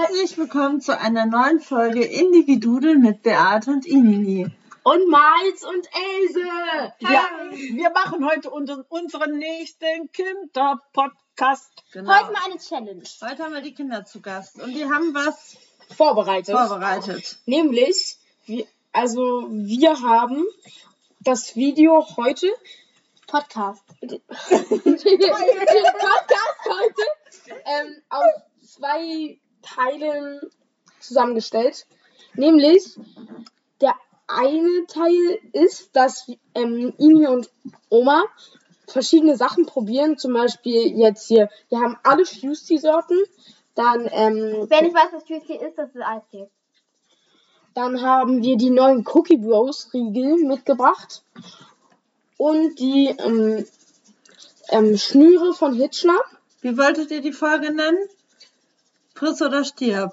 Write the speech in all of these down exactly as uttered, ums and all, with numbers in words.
Herzlich willkommen zu einer neuen Folge Individudel mit Beate und Inini. Und Miles und Else. Ja, wir machen heute unseren, unseren nächsten Kinder-Podcast. Genau. Heute mal eine Challenge. Heute haben wir die Kinder zu Gast und die haben was vorbereitet. vorbereitet. Nämlich, wir, also wir haben das Video heute, Podcast, Podcast heute, ähm, aus zwei Teilen zusammengestellt. Nämlich, der eine Teil ist, dass ähm, Ini und Oma verschiedene Sachen probieren. Zum Beispiel jetzt hier, wir haben alle Fusty-Sorten. Dann, ähm, Wenn ich weiß, was Fusty ist, das ist Eistee. Dann haben wir die neuen Cookie Bros Riegel mitgebracht. Und die ähm, ähm, Schnüre von Hitchler. Wie wolltet ihr die Folge nennen? Friss oder stirb?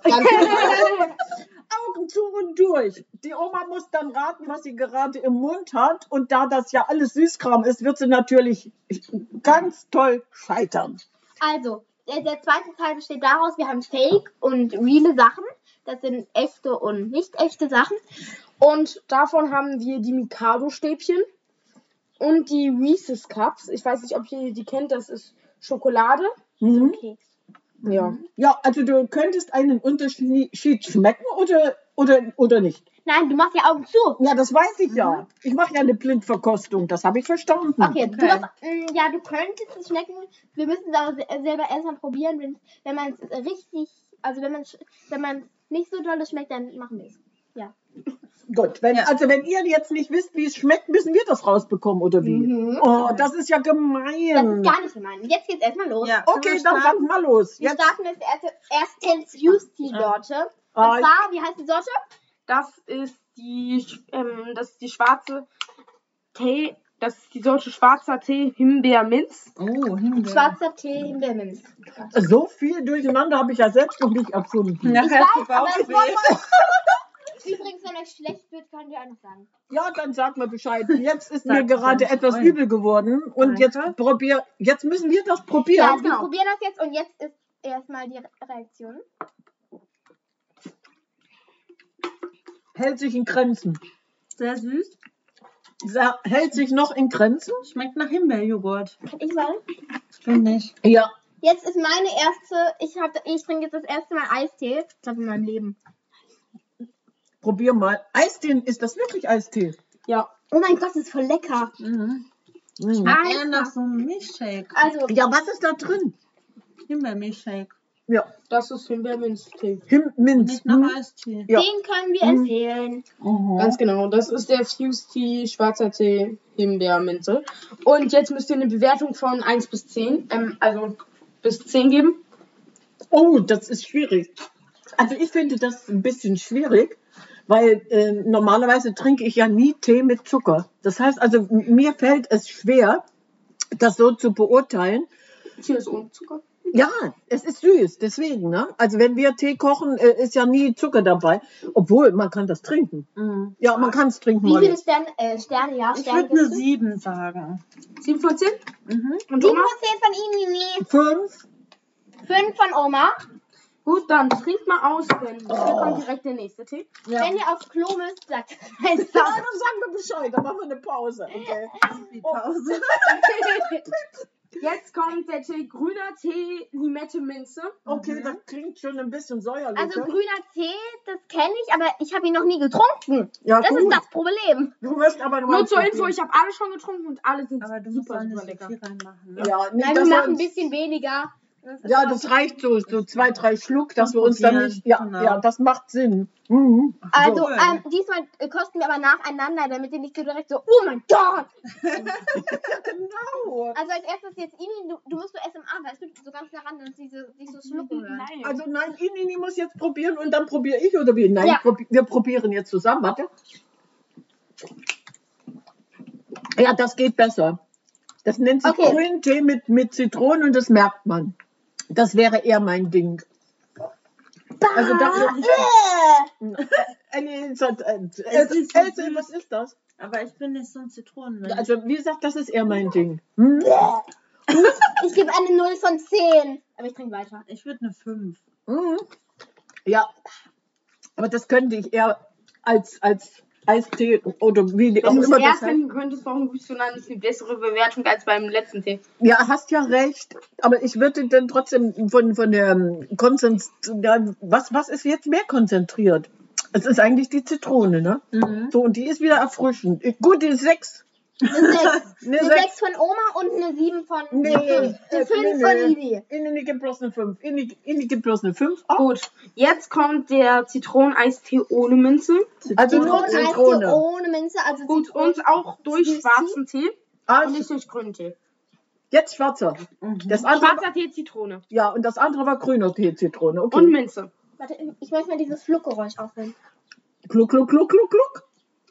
Augen zu und durch. Die Oma muss dann raten, was sie gerade im Mund hat. Und da das ja alles Süßkram ist, wird sie natürlich ganz toll scheitern. Also, der, der zweite Teil besteht daraus, wir haben Fake und reale Sachen. Das sind echte und nicht echte Sachen. Und davon haben wir die Mikado-Stäbchen und die Reese's Cups. Ich weiß nicht, ob ihr die kennt, das ist Schokolade. Mhm. Keks. Ja. Ja, also du könntest einen Unterschied schmecken oder, oder, oder nicht. Nein, du machst die Augen zu. Ja, das weiß ich ja. Ich mache ja eine Blindverkostung, das habe ich verstanden. Okay, Du musst, mh, ja, du könntest es schmecken. Wir müssen es aber se- selber erstmal probieren. Wenn, wenn man es richtig, also wenn man wenn man nicht so doll schmeckt, dann machen wir es. Ja. Gut, wenn, Ja. also wenn ihr jetzt nicht wisst, wie es schmeckt, müssen wir das rausbekommen, oder wie? Mhm. Oh, das ist ja Das gemein. ist gar nicht gemein. Jetzt geht's erstmal los. Ja, Okay, können wir dann starten? fang mal los. Wir Jetzt. starten mit der erste, ersten Fusty-Sorte. Und Ah, zwar, wie heißt die Sorte? Das ist die, ähm, das ist die schwarze Tee, das ist die Sorte schwarzer Tee Himbeer-Minz. Oh, Himbeer. Schwarzer Tee Himbeerminz. So viel durcheinander habe ich ja selbst noch nicht erfunden. Nachher Ich hast du weiß, aber es Bauchweh. Übrigens, wenn euch schlecht wird, könnt ihr auch noch sagen. Ja, dann sag mal Bescheid. Jetzt ist Sag mir gerade es etwas dann. übel geworden und jetzt Danke. probier, jetzt müssen wir das Ja, probieren. wir probieren das jetzt und jetzt ist erstmal die Re- Reaktion. Hält sich in Grenzen. Sehr süß. Sa- Hält sich noch in Grenzen? Schmeckt nach Himbeerjoghurt. Kann ich mal? Finde ich. Ja. Jetzt ist meine erste, ich, hab, ich trinke jetzt das erste Mal Eistee. Ich glaube in meinem Leben. Probier mal. Eistee, ist das wirklich Eistee? Ja. Oh mein Gott, das ist voll lecker. Mhm. Mhm. Eher nach so einem Milchshake. Also, Ja, was ist da drin? Himbeermilchshake. Ja, Das ist Himbeer-Minz-Tee. Him Minz. Nicht nach Mhm. Eistee. Ja. den können wir empfehlen. Mhm. Ganz genau, das ist der Fusty schwarzer Tee Himbeer-Minze. Und jetzt müsst ihr eine Bewertung von eins bis zehn, ähm, also bis zehn geben. Oh, das ist schwierig. Also ich finde das ein bisschen schwierig, weil äh, normalerweise trinke ich ja nie Tee mit Zucker. Das heißt also, m- mir fällt es schwer, das so zu beurteilen. Hier ist ohne Zucker. Ja, es ist süß, deswegen. Ne? Also wenn wir Tee kochen, äh, ist ja nie Zucker dabei. Obwohl, man kann das trinken. Mhm. Ja, man kann es trinken. Wie viele Molly. Sterne, äh, Sterne, ja, Ich Sterne würde eine gibst du? sieben sagen. sieben von zehn? Mhm. Und sieben Oma? von zehn von Ihnen, nee. Fünf. fünf von Oma. Gut, dann trinkt mal aus, denn hier kommt direkt der nächste Tee. Ja. Wenn ihr aufs Klo müsst, sagt Ja, einfach. dann sagen wir Bescheid, dann machen wir eine Pause. Okay. Die Pause. Jetzt kommt der Tee grüner Tee Limette Minze. Okay, das klingt schon ein bisschen säuerlich. Also ne? grüner Tee, das kenne ich, aber ich habe ihn noch nie getrunken. Ja, Das gut. ist das Problem. Du wirst aber noch mal Nur zur probieren. Info, ich habe alle schon getrunken und alle sind Aber du musst super, auch nicht super so lecker. viel reinmachen. Ne? Ja, nicht, Nein, wir dass wir machen ein uns- bisschen weniger. ist Ja, immer- das reicht so, so zwei, drei Schluck, dass wir uns dann Probieren, nicht. Ja, genau. ja, das macht Sinn. Mhm. Also, So. ähm, diesmal äh, kosten wir aber nacheinander, damit ihr nicht so direkt so, oh mein Gott! Genau. Also als erstes jetzt Ini, du, du musst so S M A, weißt du, so ganz nah ran und diese, sich so schlucken hören. Nein. Also nein, Inini muss jetzt probieren und dann probiere ich oder wie? Nein, Ja. probi wir probieren jetzt zusammen. Warte. Ja, das geht besser. Das nennt sich Okay. grünen Tee mit, mit Zitronen und das merkt man. Das wäre eher mein Ding. Also das Äh, Elsa, äh, Es ist so Else, süß. was ist das? Aber ich bin nicht so ein Zitronenmensch. Also wie gesagt, das ist eher mein Ding. Hm? ich gebe eine null von zehn. Aber ich trinke weiter. Ich würde eine fünf. Mhm. Ja, aber das könnte ich eher als, als Eistee oder wie Wenn auch du es immer das eher heißt. trinken könntest, warum gibst du dann nicht eine bessere Bewertung als beim letzten Tee? Ja, hast ja recht. Aber ich würde dann trotzdem von, von der Konsens... Ja, was, was ist jetzt mehr konzentriert? Es ist eigentlich die Zitrone, ne? Mhm. So, und die ist wieder erfrischend. Ich- Gut, die ist sechs. Eine sechs. Eine Eine sechs. sechs von Oma und eine sieben von Nee, eine äh, fünf nee, von nee. Ivi. Inni gibt bloß eine fünf. Inni, Inni gibt bloß eine fünf. Oh, Gut, jetzt kommt der Zitroneneistee ohne Minze. also nur Zitrone. Zitrone. Ohne Minze, also Gut, Zitrone. und auch durch Süß-Tee? schwarzen Tee und Ah, nicht durch grünen Tee. jetzt schwarzer. Das andere, Schwarzer Tee, Zitrone ja, und das andere war grüner Tee, Zitrone. Okay. und Minze. Warte, ich möchte mal dieses Fluckgeräusch aufnehmen. Kluck, kluck, kluck, kluck, kluck.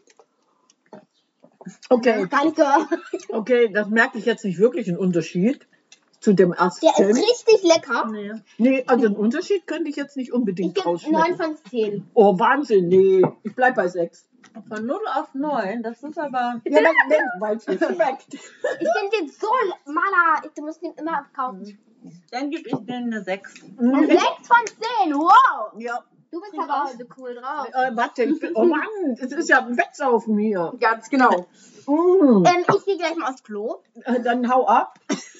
Okay, Gar nicht gehört. okay, das merke ich jetzt nicht wirklich einen Unterschied zu dem ersten. Der ist richtig lecker. Nee. Nee, also einen Unterschied könnte ich jetzt nicht Ich unbedingt gebe neun rausschmecken. von zehn. Oh, Wahnsinn, nee. Ich bleib bei sechs. Von null auf neun, das ist aber. Ja, wenn, wenn, weil es mir schmeckt. Ich finde den so le- Mala. Du musst den immer kaufen. Dann gebe ich denen eine sechs. Mhm. sechs von zehn. Wow. Ja, Du bist aber heute cool drauf. äh, warte, ich bin, oh Mann, es ist ja ein Wegsaufen hier. Ganz genau. Mm. Ähm, ich gehe gleich mal aufs Klo. Äh, Dann hau ab.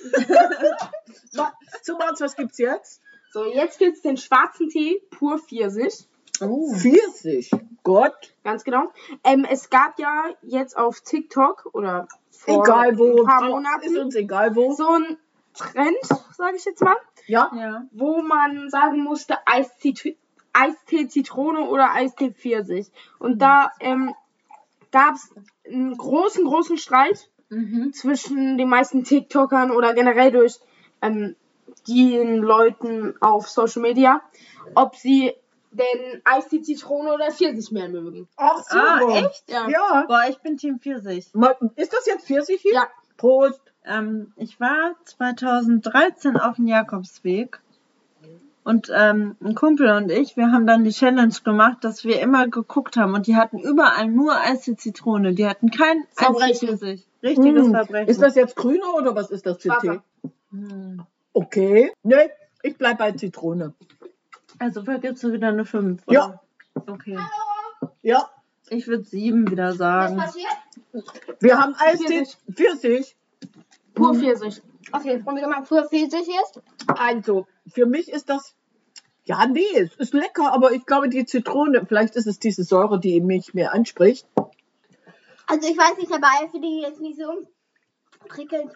Wa- So, Marz, was gibt's jetzt? So, jetzt gibt's den schwarzen Tee, pur Pfirsich. Oh. Pfirsich. Gott. Ganz genau. Ähm, es gab ja jetzt auf TikTok oder vor Egal wo. ein paar Ist Monaten uns egal wo. so ein Trend, sage ich jetzt mal, Ja. Ja. wo man sagen musste, Eistee, Eistee Zitrone oder Eistee Pfirsich. Und da ähm, gab es einen großen, großen Streit Mhm. zwischen den meisten TikTokern oder generell durch ähm, den Leuten auf Social Media, ob sie denn Eistee Zitrone oder Pfirsich mehr mögen. Ach so. Ah, echt? Ja. Ja. Boah, ich bin Team Pfirsich. Mal- Ist das jetzt Pfirsich hier? Ja. Prost. Ähm, ich war zweitausenddreizehn auf dem Jakobsweg und ähm, ein Kumpel und ich, wir haben dann die Challenge gemacht, dass wir immer geguckt haben und die hatten überall nur Eistee Zitrone. Die hatten kein Eistee Verbrechen. Pfirsich. Richtiges Mm. Verbrechen. Ist das jetzt grüner oder was ist das für Tee? Schwarzer. Hm. Okay. Nee, ich bleib bei Zitrone. Also vergibst du wieder eine fünf? Ja. Okay. Ja. Ich würde sieben wieder Was sagen. passiert? Wir haben Eistee Pfirsich. Pfirsich. Pur Pfirsich. Okay, probier mal pur Pfirsich jetzt. Also, für mich ist das, ja, nee, es ist lecker, aber ich glaube, die Zitrone, vielleicht ist es diese Säure, die mich mehr anspricht. Also ich weiß nicht, dabei für die jetzt nicht so prickelnd.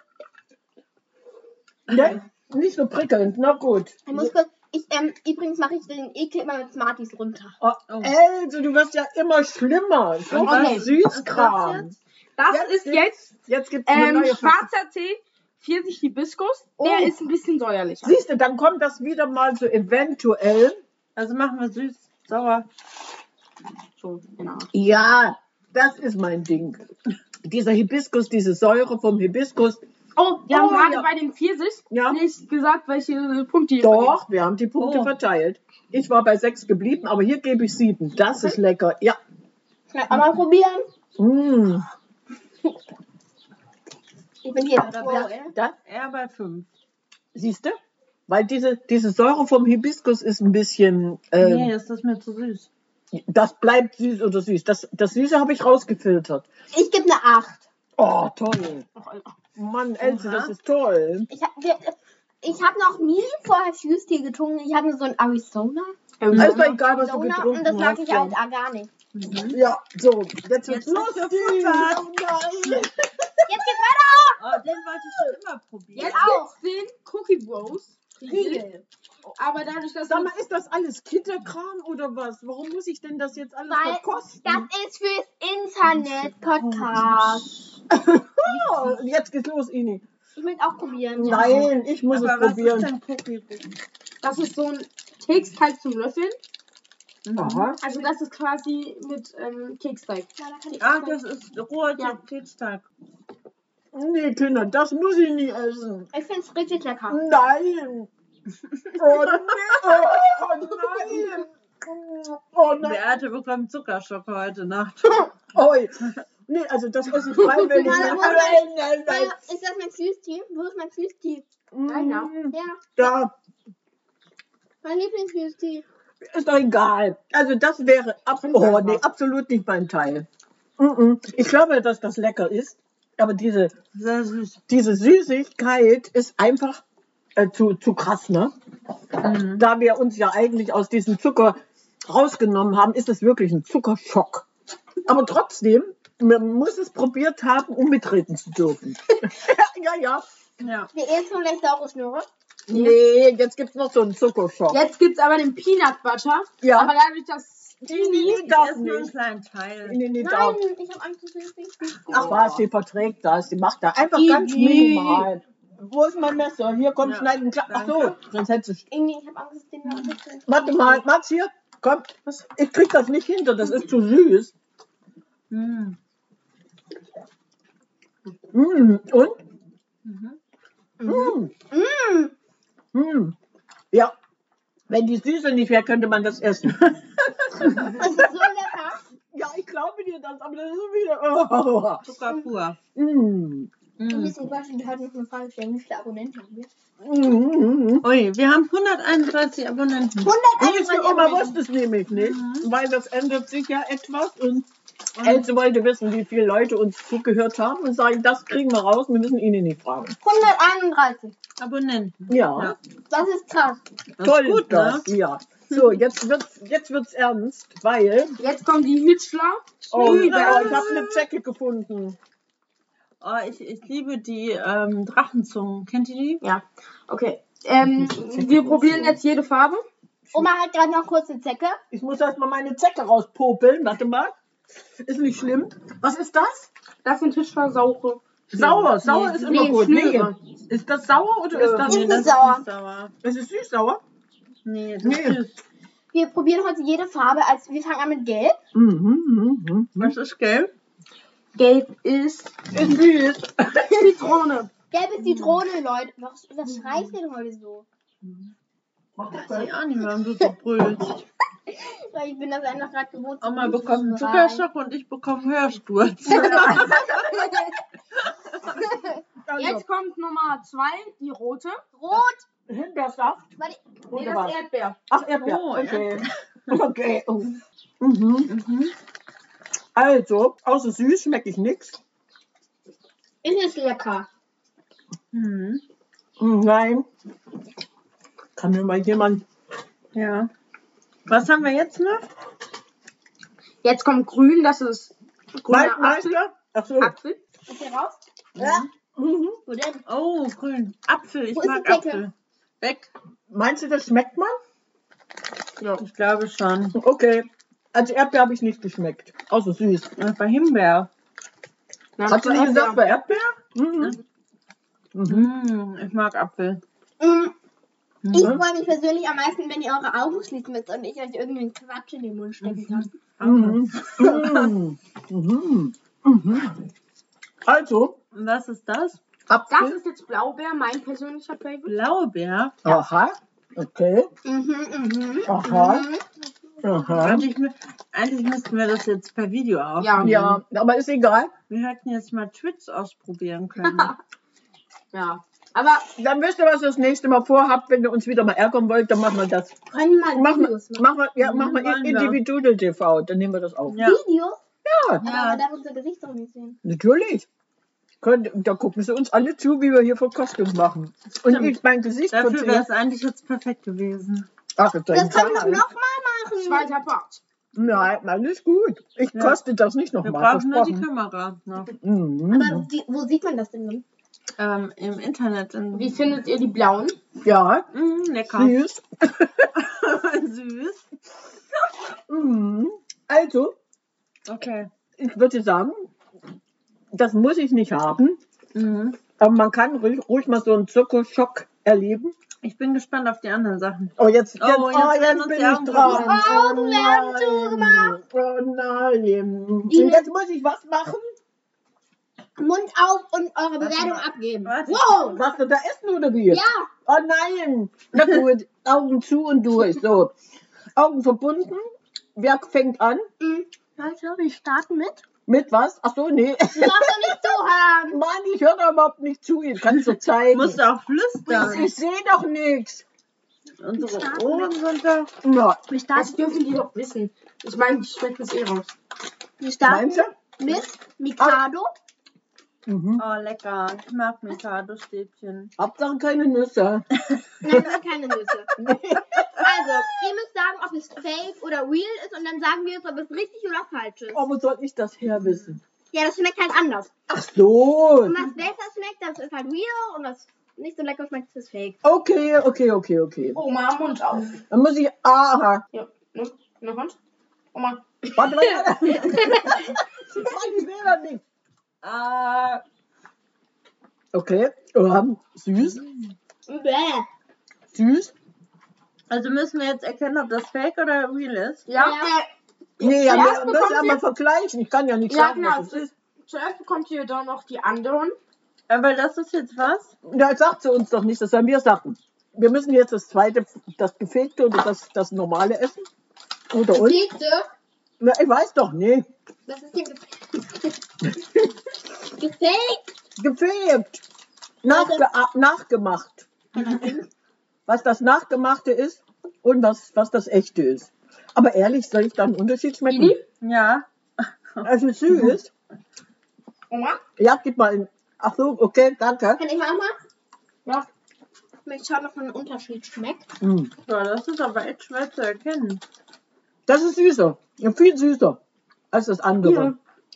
Ne? Nicht so prickelnd, na gut. Ich muss kurz, ich, ähm, übrigens mache ich den Ekel immer mit Smarties runter. Oh, Oh. Also, du wirst ja immer schlimmer. So Und ein was- Süßkram. Das Jetzt ist gibt's- jetzt Jetzt gibt es eine ähm, neue Fassung. schwarzer Tee, Pfirsich Hibiskus. Der Oh. ist ein bisschen säuerlicher. Siehst du, dann kommt das wieder mal so eventuell. Also machen wir süß, sauer. So, genau. Ja, das ist mein Ding. Dieser Hibiskus, diese Säure vom Hibiskus. Oh, wir haben Oh, gerade ja. bei dem Pfirsich Ja. nicht gesagt, welche Punkte ihr Doch, wir haben die Punkte Oh. verteilt. Ich war bei sechs geblieben, aber hier gebe ich sieben. Das ist lecker. Ja. Schnell einmal probieren. Mm. Ich bin hier. Da Oh, wär- ja. Da, Eher bei fünf. siehst du? Weil diese, diese Säure vom Hibiskus ist ein bisschen. Ähm, Nee, ist das mir zu süß. Das bleibt süß oder süß. Das, das Süße habe ich rausgefiltert. Ich gebe eine acht. Oh, toll. Ach, Alter. Mann, Else, Oha. das ist toll. Ich habe ich hab noch nie vorher Süßtee getrunken. Ich habe nur so ein Arizona. Ähm, Ist doch egal, was du Arizona getrunken und das mag hast. ich ja. halt auch gar nicht. Ja, so, jetzt wird's Jetzt lustig. wird's gefuttert. Oh nein. Jetzt geht's weiter. Oh, den wollte ich schon immer probieren. Jetzt auch. gibt's den Cookie Bros. Riegel. Aber dadurch, dass Sag wir mal, ist das alles Kitterkram oder was? Warum muss ich denn das jetzt alles Weil verkosten? das ist fürs Internet Podcast. Oh, jetzt geht's los, Ini. Ich will auch probieren. Ja. Nein, ich muss Aber es was probieren. ist denn Cookie? das ist so ein Keksteig zum Löffeln. Aha. Also das ist quasi mit ähm, Keksteig. Ja, da kann ich Ah, das ist roher Ja. Keksteig. Nee, Kinder, das muss ich nicht essen. Ich finde es richtig lecker. Nein. Oh, nee. Oh, nein. Oh nein. Beate bekommt Zuckerschock heute Nacht. Oi. Nee, also das esse ich freiwillig. Nein, Nein, nein, nein, nein. Äh, ist das mein Süßtee? Wo ist mein Süßtee? Deiner? Mm, Ja, Da. mein Lieblingssüßtee. Ist doch egal. Also das wäre ab oh, nee, absolut nicht mein Teil. Mm-mm. Ich glaube, dass das lecker ist, aber diese, Sehr süß. diese Süßigkeit ist einfach äh, zu, zu krass, ne? Mhm. Da wir uns ja eigentlich aus diesem Zucker rausgenommen haben, ist es wirklich ein Zuckerschock. Aber trotzdem, man muss es probiert haben, um mitreden zu dürfen. ja, ja. Ja. Wir essen schon gleich saure Schnurre. Nee, jetzt gibt es noch so einen Zuckerschock. Jetzt gibt es aber den Peanut Butter. Ja. Aber dadurch, dass Nee, die nee, Ich darf esse nur einen nicht. kleinen Teil. Nee, nee, Nein, darf. ich habe Angst, dass wir es nicht tun. Ach was, sie verträgt das. Sie macht da einfach Ih. ganz minimal. Wo ist mein Messer? Hier, komm, Ja, schneiden. Kla- Ach so, danke. sonst hättest du... Irgendwie, ich habe Angst, dass den noch ein bisschen... Warte mal, Mats, hier. Komm, ich krieg das nicht hinter. Das ist zu süß. Mhm. Mm, und? Mhm. Mm. Mm. Mm. Ja. Wenn die Süße nicht wäre, könnte man das essen. Das ist so lecker. ja, ich glaube dir das, aber das ist wieder... Zucker pur. Oh. Mm. Ich Mhm. muss den heute noch eine Frage stellen. Wie viele Abonnenten haben wir? Mm. Ui, wir haben hunderteinunddreißig Abonnenten. Die hunderteinunddreißig Oma Abonnenten. wusste es nämlich nicht, Mhm. weil das ändert sich ja etwas und Else wollte wissen, wie viele Leute uns zugehört haben und sagen, das kriegen wir raus, wir müssen Ihnen nicht fragen. hunderteinunddreißig. Abonnenten. Ja, Das ist krass. Das toll ist gut, das. ne? Ja. So, jetzt wird's, jetzt wird's ernst, weil... Jetzt kommen die Hitchler. Oh, Schnüre. ich habe eine Zecke gefunden. Oh, ich, ich liebe die ähm, Drachenzungen. Kennt ihr die? Ja, okay. Ähm, wir probieren jetzt jede Farbe. Oma hat gerade noch kurz eine Zecke. Ich muss erst mal meine Zecke rauspopeln. Warte mal. Ist nicht schlimm. Was ist das? Das sind Hitchler saure. Sauer. Sauer ist immer nee, gut. Schnüre. Nee. Ist das sauer oder ist das... Nee, Nee, das das ist sauer. ist nicht sauer. Es ist süß-sauer? Nee, das Nee. ist süß. Wir probieren heute jede Farbe. Also wir fangen an mit Gelb. Mhm, mhm, mhm. Was ist gelb? Gelb ist Ist süß. Zitrone. Gelb ist Zitrone, Leute. Was, was schreit denn heute so? Ich weiß auch nicht, warum du so brüllst. Weil ich bin das einfach gerade gewohnt. zu Oma gut bekommt einen zu schreien. Zuckerschock und ich bekomme Hörsturz. Also, Jetzt kommt Nummer zwei, die rote. Rot. Himbeersaft. Warte, Nee, Oder das was? ist Erdbeer. Ach, Erdbeer. Oh, Okay. Okay. Oh. Mhm. Mhm. Also, außer süß schmecke ich nichts. ist es lecker. Mhm. Nein. Kann mir mal jemand... Ja. Was haben wir jetzt noch? Jetzt kommt grün, das ist grüner Apfel. Waldmeister? Ach so. Apfel. Ist hier raus? Ja. Mhm. Wo denn? Oh, grün. Apfel. Ich Wo ist mag die Zecke? Apfel. Weg. Meinst du, das schmeckt man? Ja. Ich glaube schon. Okay. Also Erdbeer habe ich nicht geschmeckt. Außer süß. Und bei Himbeer. Na, Hast du nicht Erdbeer. gesagt bei Erdbeer? Mhm. Mhm. Ich mag Apfel. Mm, Ich Mhm. freue mich persönlich am meisten, wenn ihr eure Augen schließen müsst und ich euch irgendeinen Quatsch in den Mund stecken kann. Mhm. Mhm. Mhm. Mhm. Also, Und was ist das? Das Apfel. ist jetzt Blaubeer, mein persönlicher Favorite. Blaubeer. Aha. Okay. Mhm, mhm. Aha. Mhm. Aha. Eigentlich, mü- eigentlich müssten wir das jetzt per Video aufnehmen. Ja. Ja, aber ist egal. Wir hätten jetzt mal Twitch ausprobieren können. Ja. Aber Dann wisst ihr, was ihr das nächste Mal vorhabt. Wenn ihr uns wieder mal ärgern wollt, dann machen wir das. Können wir mal Machen wir, Videos machen? machen wir, ja, Mhm, machen wir wollen wir. Individual T V. Dann nehmen wir das auf. Ja. Videos? Ja, Aber Ja. man darf unser Gesicht doch nicht sehen. natürlich. Könnt, da gucken sie uns alle zu, wie wir hier Verkostung machen. Und Stimmt. ich mein Gesicht Dafür wäre verzehr. es eigentlich jetzt perfekt gewesen. Ach, jetzt Das können wir doch egal. nochmal machen. zweiter Part. Nein, alles gut. Ich Ja. koste das nicht Wir nochmal. brauchen nur die Versprochen. Kamera noch. Mhm. Aber wie, wo sieht man das denn dann? Ähm, Im Internet. In, Wie findet ihr die blauen? Ja, Mm, lecker. süß. Süß. Mhm. Also, Okay. ich würde sagen, das muss ich nicht haben. Mhm. Aber man kann ruhig, ruhig mal so einen Zuckerschock erleben. Ich bin gespannt auf die anderen Sachen. Oh, jetzt, jetzt, Oh, oh, jetzt jetzt, werden uns bin die ich Augen dran. verbunden. Die Augen werden zugemacht. Oh nein. Und Ines. jetzt muss ich was machen? Mund auf und eure Bewertung abgeben. Was? Wow, was du da essen oder wie? Ja. Oh nein. Na gut, Augen zu und durch. So, Augen verbunden. Wer fängt an? Mhm. Leute, wir starten mit. Mit was? Ach so, nee. Du darfst doch nicht zuhören. Mann, ich höre da überhaupt nicht zu. Ich kann es so zeigen. Musst du auch Ich, flüstern. ich sehe doch nichts. Unsere starten Ohren sind da. Ja, Wir Das starten, dürfen die doch wissen. Ich meine, die schmecken es eh raus. wir starten meinst du? mit Mikado. Mhm. Oh, lecker. Ich mag Mikado-Stäbchen. Hauptsache keine Nüsse. Nein, das sind keine Nüsse. Also, ihr müsst sagen, ob es fake oder real ist und dann sagen wir jetzt, ob es richtig oder falsch ist. Oh, wo soll ich das her wissen? Ja, das schmeckt halt anders. Ach so. Und was besser schmeckt, das ist halt real und was nicht so lecker schmeckt, das ist fake. Okay, okay, okay, okay. Oma, Mund auf. Dann muss ich. Aha. Ja, ne? In der Hand? Oma. Warte, warte, warte. Ich sehe das nicht. Ah. Okay. Ähm, süß. Bäh. Süß. Also müssen wir jetzt erkennen, ob das fake oder real ist. Ja? Ja. Nee, ja, Zuerst wir müssen bekommt aber ihr- vergleichen. Ich kann ja nicht Ja, sagen, genau. was es ist. Zuerst bekommt ihr dann noch die anderen. Aber das ist jetzt was? Ja, sagt sie uns doch nicht, das sollen wir sagen. Wir müssen jetzt das zweite, das gefegte oder das, das normale essen. Oder uns? Siehste, Na, ich weiß doch nicht. das ist hier gefaked. Gefegt. Nachge a- nachgemacht. Was das Nachgemachte ist und was, was das echte ist. Aber ehrlich, soll ich da einen Unterschied schmecken? Ini? Ja. Also süß. Oma? Ja, gib mal in. Ach so, okay, danke. Kann ich mal machen? Ja. Ich möchte schauen, ob man einen Unterschied schmeckt. Mm. So, das ist aber echt schwer zu erkennen. Das ist süßer. Ja, viel süßer als das andere. Ja.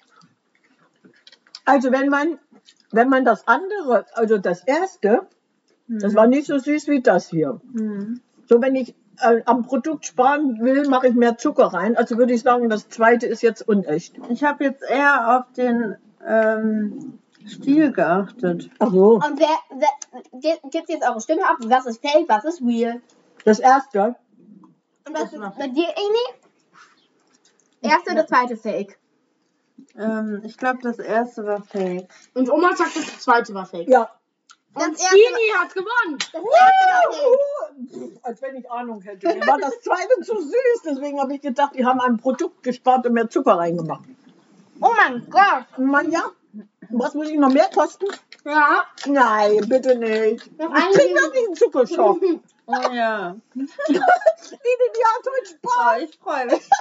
Also wenn man, wenn man das andere, also das erste, das war nicht so süß wie das hier. Hm. So, wenn ich äh, am Produkt sparen will, mache ich mehr Zucker rein. Also würde ich sagen, das zweite ist jetzt unecht. Ich habe jetzt eher auf den ähm, Stil geachtet. Ach so, Und wer, wer gibt jetzt eure Stimme ab? Was ist fake, was ist real? das erste. Und was ist bei dir, Amy? Erste oder zweite fake? Ähm, ich glaube, das erste war fake. Und Oma sagt, das zweite war fake. Ja. Das Und erste Ini hat gewonnen. Das erste war fake. Pff, als wenn ich Ahnung hätte. Mir war das zweite zu süß, deswegen habe ich gedacht, die haben ein Produkt gespart und mehr Zucker reingemacht. Oh mein Gott. Man, ja. Was muss ich noch mehr kosten? Ja. Nein, bitte nicht. Noch Ich krieg eine. noch nicht einen Zuckerschock. Die, Oh ja. die, die hat heute Spaß. Oh, ich freue mich.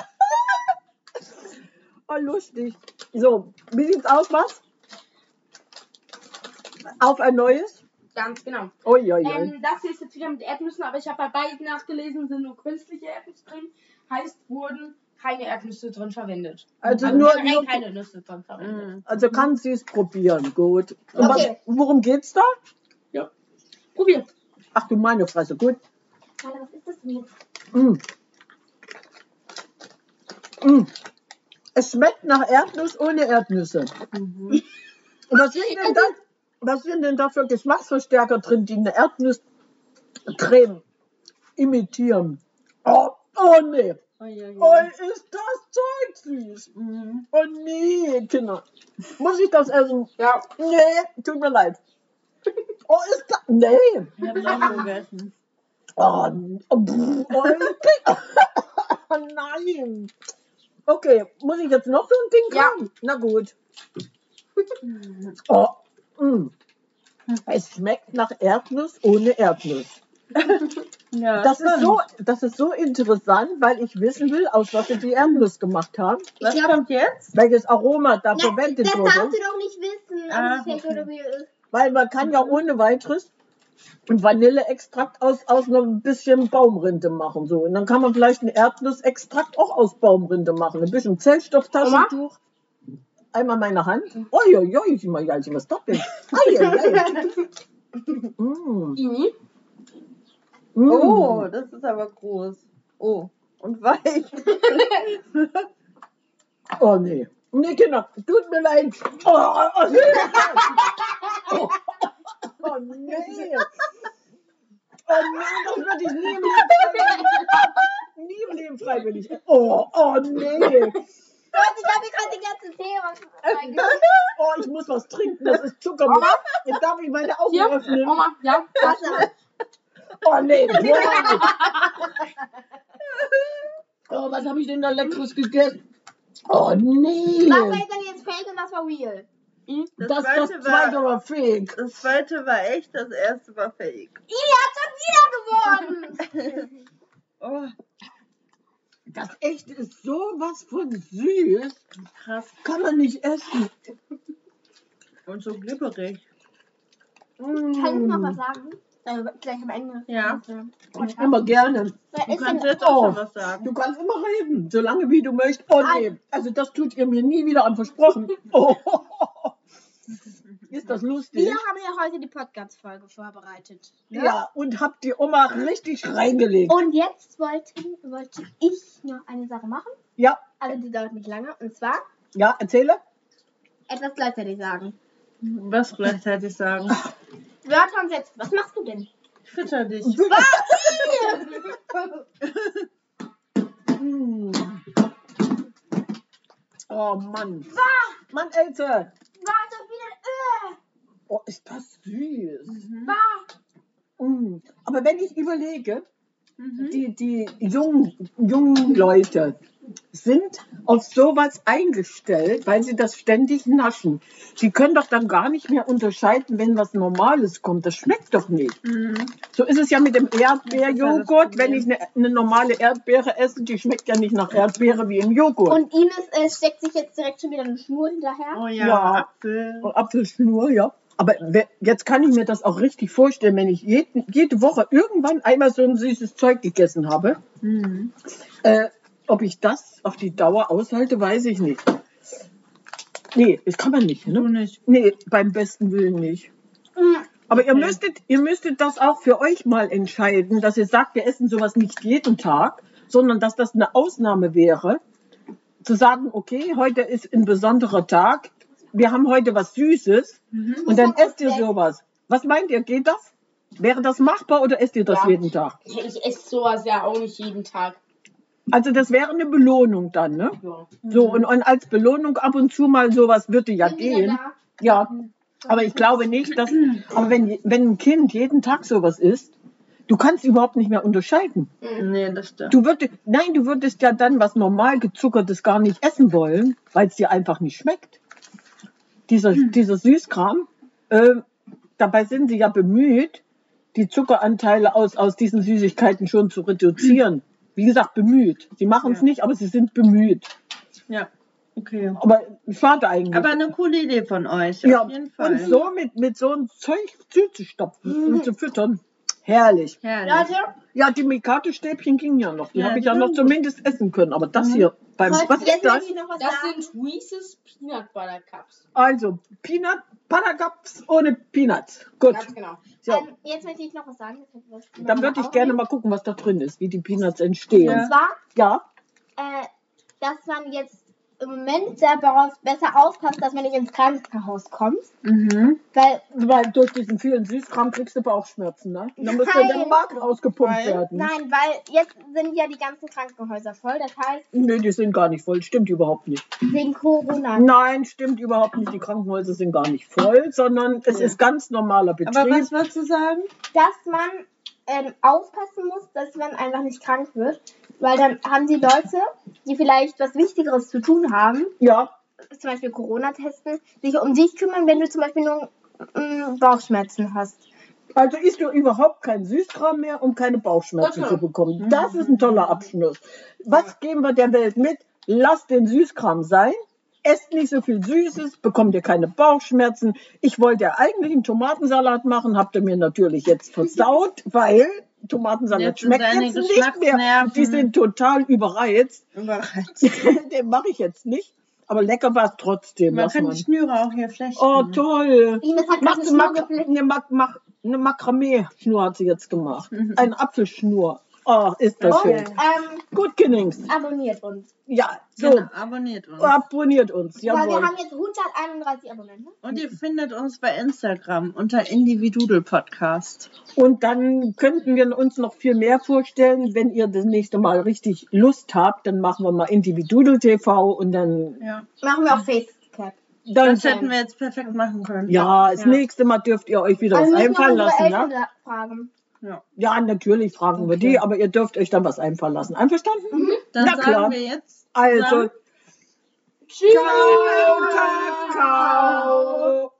Oh, lustig. So, wie sieht's aus, was? Auf ein neues? Ganz genau. Uiuiui. Ähm, das hier ist jetzt wieder mit Erdnüssen, aber ich habe bei beiden nachgelesen, sind nur künstliche Erdnüsse drin. Heißt, wurden keine Erdnüsse drin verwendet. Also Also nur- generell nur- keine Nüsse drin verwendet. Mhm. Also kann sie es probieren, gut. Und Okay. was, worum geht's da? Ja. Probier. Ach du meine Fresse, gut. Warte, was ist das denn jetzt? Mm. Mm. Es schmeckt nach Erdnuss ohne Erdnüsse. Mhm. Und was sind denn da, was sind denn da für Geschmacksverstärker drin, die eine Erdnusscreme imitieren? Oh, oh nee. Oh, ja, Oh, ja. ist das Zeug süß. Mhm. Oh nee, Kinder. Muss ich das essen? Ja. Nee, tut mir leid. Oh, ist das... Nee. Ich habe noch gegessen. Oh, oh, pff, oh, ich- oh nein. Okay, muss ich jetzt noch so ein Ding Ja. haben? Na gut. Oh, mm. Es schmeckt nach Erdnuss ohne Erdnuss. Ja, Das ist, stimmt. so, das ist so interessant, weil ich wissen will, aus was sie die Erdnuss gemacht haben. Was Ich glaub- kommt jetzt? Welches Aroma da Na, verwendet das wurde. darfst du doch nicht wissen, ob Ah, es fake okay. oder real ist. Weil man kann ja ohne weiteres einen Vanilleextrakt aus, aus einem bisschen Baumrinde machen. So. Und dann kann man vielleicht einen Erdnussextrakt auch aus Baumrinde machen. Ein bisschen Zellstofftaschentuch. Einmal meine Hand. Uiuiui, ich mal, was ist das denn? Uiuiui. Mm. Ini. Mm. Oh, das ist aber groß. Oh, und weich. Oh nee. Nee, Kinder, tut mir leid. Oh, oh, nee. Oh, oh nee. Oh nee, das würde ich nie im Leben freiwillig. Nie im Leben freiwillig. Oh, oh nee. Gott, ich habe gerade die ganze Tee. Oh, ich muss was trinken, das ist Zucker. Jetzt darf ich meine Augen Hier. öffnen. Oma. Ja. Wasser. Oh nee. Wow. Oh, was habe ich denn da Leckeres gegessen? Oh nee. Was war jetzt denn jetzt fake und was war real? Das, das zweite zweite war fake. Das zweite war echt, das erste war fake. Ili hat schon wieder gewonnen. Oh, Das echt ist sowas von süß. krass. Kann man nicht essen. Und so glibberig. Kann ich noch was Mm. sagen? Äh, gleich am Ende. Ja. Immer gerne. Wer Du ist kannst denn, jetzt auch Oh, schon was sagen. du kannst immer reden, solange wie du möchtest. Oh nee, also das tut ihr mir nie wieder an, versprochen. Oh. Ist das lustig? wir haben ja heute die Podcast-Folge vorbereitet. Ne? Ja, und habt die Oma richtig reingelegt. Und jetzt wollte, wollte ich noch eine Sache machen. Ja, Also die dauert nicht lange. Und zwar ja, erzähle. etwas gleichzeitig sagen. Was gleichzeitig sagen. Wörter und Sätze. Was machst du denn? Ich fütter dich. Mm. Oh Mann. Mann, Else. War doch wieder äh, Oh, ist das süß. war. Mm. Aber wenn ich überlege, Mhm. die, die jungen, jungen Leute sind auf sowas eingestellt, weil sie das ständig naschen. Die können doch dann gar nicht mehr unterscheiden, wenn was Normales kommt. Das schmeckt doch nicht. Mhm. So ist es ja mit dem Das ist ja Erdbeerjoghurt. das Wenn ich eine, eine normale Erdbeere esse, die schmeckt ja nicht nach Erdbeere wie im Joghurt. Und Ines äh, steckt sich jetzt direkt schon wieder eine Schnur hinterher. Oh ja, Ja. Apfel. Und Apfelschnur, ja. Aber we- jetzt kann ich mir das auch richtig vorstellen, wenn ich jeden, jede Woche irgendwann einmal so ein süßes Zeug gegessen habe. Mhm. Äh, ob ich das auf die Dauer aushalte, weiß ich nicht. Nee, das kann man nicht. Du Ne? nicht. Nee, beim besten Willen nicht. Mhm. Aber ihr Okay. müsstet, ihr müsstet das auch für euch mal entscheiden, dass ihr sagt, wir essen sowas nicht jeden Tag, sondern dass das eine Ausnahme wäre. Zu sagen, okay, heute ist ein besonderer Tag, wir haben heute was Süßes und dann esst ihr sowas. Was meint ihr, geht das? Wäre das machbar oder esst ihr das Ja. jeden Tag? Ich esse sowas ja auch nicht jeden Tag. Also das wäre eine Belohnung dann, ne? Ja. So, und, und als Belohnung ab und zu mal sowas würde ja Bin wieder gehen. da. Ja, aber ich glaube nicht, dass, aber wenn, wenn ein Kind jeden Tag sowas isst, du kannst überhaupt nicht mehr unterscheiden. Nee, das stimmt. Du würdest, nein, du würdest ja dann was normal gezuckertes gar nicht essen wollen, weil es dir einfach nicht schmeckt. Dieser, dieser Süßkram, äh, dabei sind sie ja bemüht, die Zuckeranteile aus, aus diesen Süßigkeiten schon zu reduzieren. Wie gesagt, bemüht. Sie machen es Ja. nicht, aber sie sind bemüht. Ja, okay. Aber schade eigentlich. Aber eine coole Idee von euch, ja, auf jeden Fall. und so mit, mit so einem Zeug zuzustopfen und zu füttern. Herrlich. Herrlich. Leute, Ja, die Mikado-Stäbchen gingen ja noch. Die Ja, habe ich die ja noch sind zumindest essen können. Aber das hier, beim, heute- was ist jetzt das? möchte ich noch was Das sagen. sind Reese's Peanut Butter Cups. Also, Peanut, Butter-Cups ohne Peanuts. Gut. Ganz genau. So, Ähm, jetzt möchte ich noch was sagen. Das hätte was dann würde ich gerne mal gucken, was da drin ist, wie die Peanuts entstehen. Ja. Und zwar, Ja, äh, dass man jetzt im Moment sehr darauf besser aufpasst, dass man nicht ins Krankenhaus kommt. Mhm. Weil, weil durch diesen vielen Süßkram kriegst du Bauchschmerzen, ne? Und dann muss ja der Nein. Magen ausgepumpt Weil- werden. nein, weil jetzt sind ja die ganzen Krankenhäuser voll. Das heißt, Nee, die sind gar nicht voll. Stimmt überhaupt nicht. wegen Corona. Nein, stimmt überhaupt nicht. Die Krankenhäuser sind gar nicht voll, sondern es Ja. ist ganz normaler Betrieb. Aber was würdest du sagen? Dass man ähm, aufpassen muss, dass man einfach nicht krank wird. Weil dann haben die Leute, die vielleicht was Wichtigeres zu tun haben, Ja, zum Beispiel Corona testen, sich um dich kümmern, wenn du zum Beispiel nur ähm, Bauchschmerzen hast. also isst du überhaupt keinen Süßkram mehr, um keine Bauchschmerzen Okay. zu bekommen. Das ist ein toller Abschluss. Was geben wir der Welt mit? Lasst den Süßkram sein. Esst nicht so viel Süßes, bekommt ihr keine Bauchschmerzen. Ich wollte ja eigentlich einen Tomatensalat machen, habt ihr mir natürlich jetzt versaut, weil Tomatensalat Jetzt sind schmeckt deine jetzt nicht mehr. Geschmacksnerven- Die sind total überreizt. Überreizt. Den mache ich jetzt nicht. Aber lecker war es trotzdem. Man was kann man. die Schnüre auch hier flechten. Oh, toll. Ines hat Mach, gerade eine mach, Schnur gefleckt. eine, Mak mach, eine Makramee-Schnur hat sie jetzt gemacht. Mhm. Eine Apfelschnur. Oh, ist das Okay. schön. Ähm, Gut, Kinnings. abonniert uns. Ja, so. Genau, abonniert uns. Abonniert uns. Weil wir Jawohl. haben jetzt hunderteinunddreißig Abonnenten. Und ihr findet uns bei Instagram unter Individudel Podcast. Und dann könnten wir uns noch viel mehr vorstellen. Wenn ihr das nächste Mal richtig Lust habt, dann machen wir mal Individudel T V und dann, Ja. Machen wir auch Facecap. dann Das hätten wir jetzt perfekt machen können. ja, das Ja. nächste Mal dürft ihr euch wieder Also was müssen wir einfallen unsere lassen, ja? Eltern da fragen. Ja. Ja, natürlich fragen wir Okay. die, aber ihr dürft euch dann was einfallen lassen. Einverstanden? Dann Na sagen klar. wir jetzt Also, zusammen Ciao, Kakao.